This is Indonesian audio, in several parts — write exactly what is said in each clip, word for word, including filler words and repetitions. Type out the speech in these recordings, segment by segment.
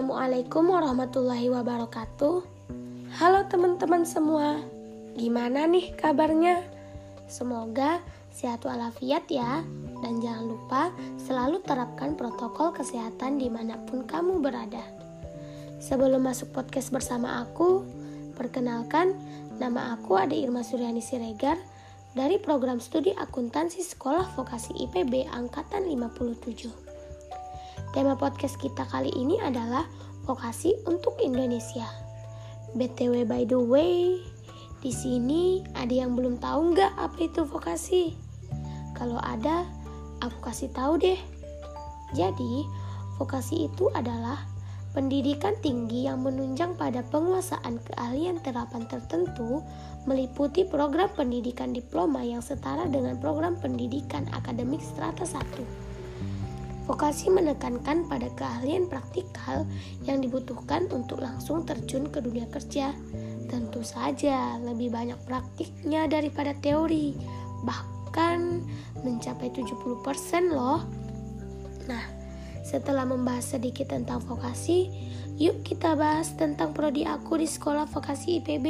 Assalamualaikum warahmatullahi wabarakatuh. Halo teman-teman semua, gimana nih kabarnya? Semoga sehat walafiat ya. Dan jangan lupa selalu terapkan protokol kesehatan dimanapun kamu berada. Sebelum masuk podcast bersama aku, perkenalkan, nama aku Ade Irma Suryani Siregar dari program studi akuntansi Sekolah Vokasi I P B Angkatan lima puluh tujuh. Tema podcast kita kali ini adalah vokasi untuk Indonesia. B T W by the way, di sini ada yang belum tahu nggak apa itu vokasi? Kalau ada, aku kasih tahu deh. Jadi, vokasi itu adalah pendidikan tinggi yang menunjang pada penguasaan keahlian terapan tertentu, meliputi program pendidikan diploma yang setara dengan program pendidikan akademik strata satu. Vokasi menekankan pada keahlian praktikal yang dibutuhkan untuk langsung terjun ke dunia kerja. Tentu saja lebih banyak praktiknya daripada teori, bahkan mencapai tujuh puluh persen loh. Nah, setelah membahas sedikit tentang vokasi, yuk kita bahas tentang prodi aku di Sekolah Vokasi I P B.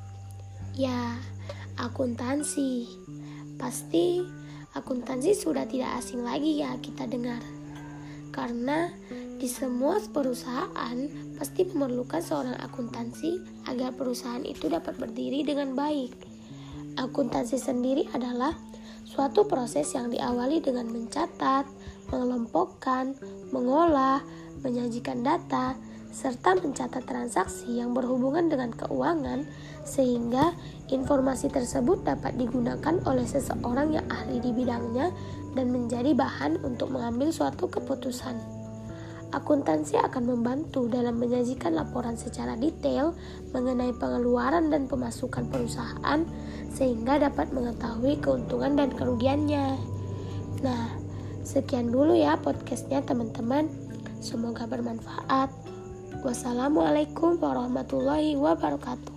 Ya, akuntansi. Pasti akuntansi sudah tidak asing lagi ya kita dengar. Karena di semua perusahaan pasti memerlukan seorang akuntansi agar perusahaan itu dapat berdiri dengan baik. Akuntansi sendiri adalah suatu proses yang diawali dengan mencatat, mengelompokkan, mengolah, menyajikan data, serta mencatat transaksi yang berhubungan dengan keuangan sehingga informasi tersebut dapat digunakan oleh seseorang yang ahli di bidangnya dan menjadi bahan untuk mengambil suatu keputusan. Akuntansi akan membantu dalam menyajikan laporan secara detail mengenai pengeluaran dan pemasukan perusahaan sehingga dapat mengetahui keuntungan dan kerugiannya. Nah, sekian dulu ya podcastnya teman-teman. Semoga bermanfaat. Wassalamualaikum warahmatullahi wabarakatuh.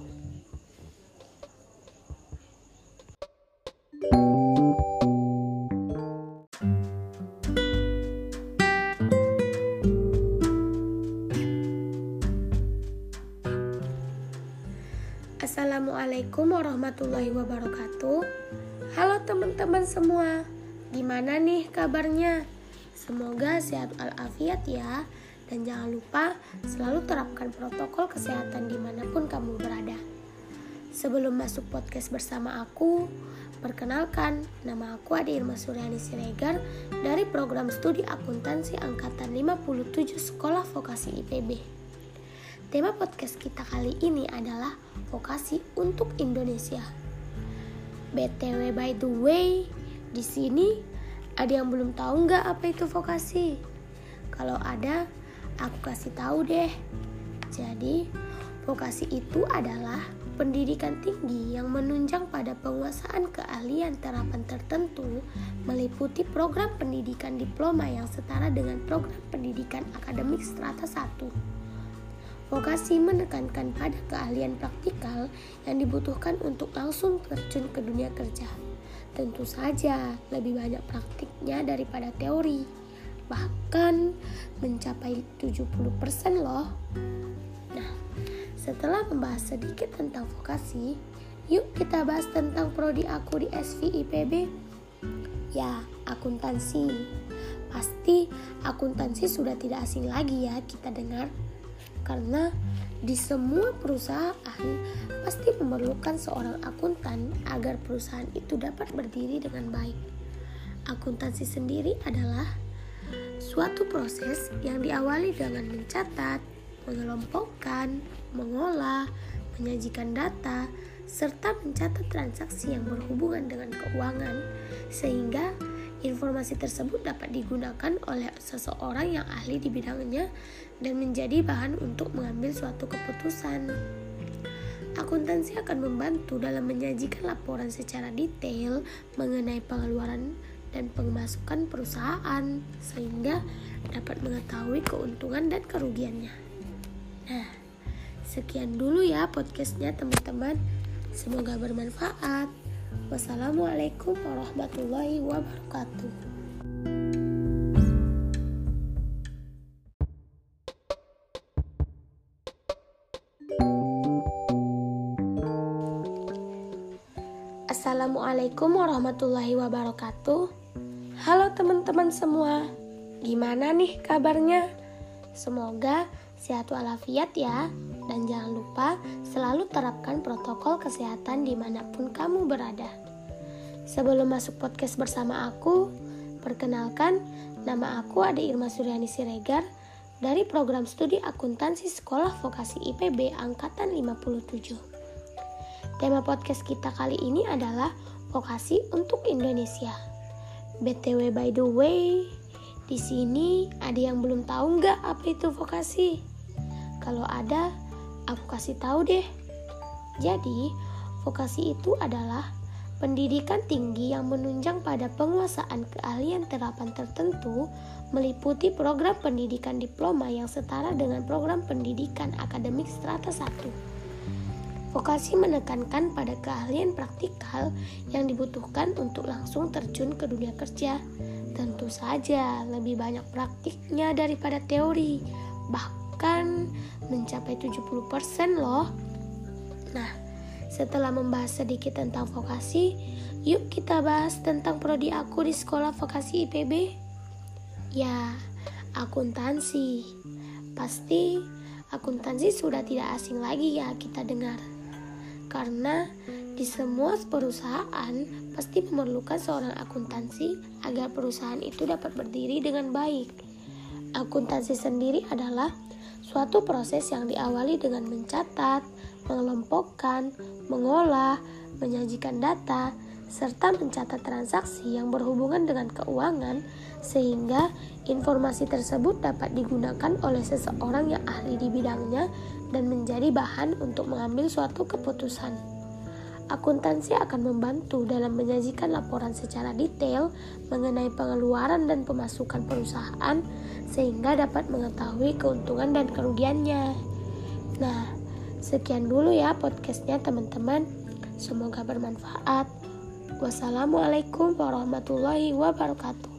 Assalamualaikum warahmatullahi wabarakatuh. Halo teman-teman semua, gimana nih kabarnya? Semoga sehat walafiat ya. Dan jangan lupa selalu terapkan protokol kesehatan dimanapun kamu berada. Sebelum masuk podcast bersama aku, perkenalkan, nama aku Ade Irma Suryani Siregar dari program studi akuntansi Angkatan lima puluh tujuh Sekolah Vokasi I P B. Tema podcast kita kali ini adalah vokasi untuk Indonesia. B T W by the way, di sini ada yang belum tahu nggak apa itu vokasi? Kalau ada, aku kasih tahu deh. Jadi, vokasi itu adalah pendidikan tinggi yang menunjang pada penguasaan keahlian terapan tertentu, meliputi program pendidikan diploma yang setara dengan program pendidikan akademik strata satu. Vokasi menekankan pada keahlian praktikal yang dibutuhkan untuk langsung terjun ke dunia kerja. Tentu saja lebih banyak praktiknya daripada teori, bahkan mencapai tujuh puluh persen loh. Nah, setelah membahas sedikit tentang vokasi, yuk kita bahas tentang prodi aku di S V I P B. Ya, akuntansi. Pasti akuntansi sudah tidak asing lagi ya kita dengar. Karena di semua perusahaan pasti memerlukan seorang akuntan agar perusahaan itu dapat berdiri dengan baik. Akuntansi sendiri adalah suatu proses yang diawali dengan mencatat, mengelompokkan, mengolah, menyajikan data, serta mencatat transaksi yang berhubungan dengan keuangan sehingga informasi tersebut dapat digunakan oleh seseorang yang ahli di bidangnya dan menjadi bahan untuk mengambil suatu keputusan. Akuntansi akan membantu dalam menyajikan laporan secara detail mengenai pengeluaran dan pemasukan perusahaan sehingga dapat mengetahui keuntungan dan kerugiannya. Nah, sekian dulu ya podcastnya teman-teman. Semoga bermanfaat. Wassalamualaikum warahmatullahi wabarakatuh. Assalamualaikum warahmatullahi wabarakatuh. Halo teman-teman semua, gimana nih kabarnya? Semoga sehat walafiat ya. Dan jangan lupa selalu terapkan protokol kesehatan dimanapun kamu berada. Sebelum masuk podcast bersama aku, perkenalkan, nama aku Ade Irma Suryani Siregar dari program studi akuntansi Sekolah Vokasi I P B Angkatan lima puluh tujuh. Tema podcast kita kali ini adalah vokasi untuk Indonesia. B T W by the way, di sini ada yang belum tahu nggak apa itu vokasi? Kalau ada, aku kasih tahu deh. Jadi, vokasi itu adalah pendidikan tinggi yang menunjang pada penguasaan keahlian terapan tertentu, meliputi program pendidikan diploma yang setara dengan program pendidikan akademik strata satu. Vokasi menekankan pada keahlian praktikal yang dibutuhkan untuk langsung terjun ke dunia kerja. Tentu saja lebih banyak praktiknya daripada teori, bahkan mencapai tujuh puluh persen loh. Nah, setelah membahas sedikit tentang vokasi, yuk kita bahas tentang prodi aku di Sekolah Vokasi I P B. Ya, akuntansi. Pasti akuntansi sudah tidak asing lagi ya kita dengar. Karena di semua perusahaan pasti memerlukan seorang akuntansi agar perusahaan itu dapat berdiri dengan baik. Akuntansi sendiri adalah suatu proses yang diawali dengan mencatat, mengelompokkan, mengolah, menyajikan data, serta mencatat transaksi yang berhubungan dengan keuangan sehingga informasi tersebut dapat digunakan oleh seseorang yang ahli di bidangnya dan menjadi bahan untuk mengambil suatu keputusan. Akuntansi akan membantu dalam menyajikan laporan secara detail mengenai pengeluaran dan pemasukan perusahaan sehingga dapat mengetahui keuntungan dan kerugiannya. Nah, sekian dulu ya podcastnya teman-teman. Semoga bermanfaat. Wassalamualaikum warahmatullahi wabarakatuh.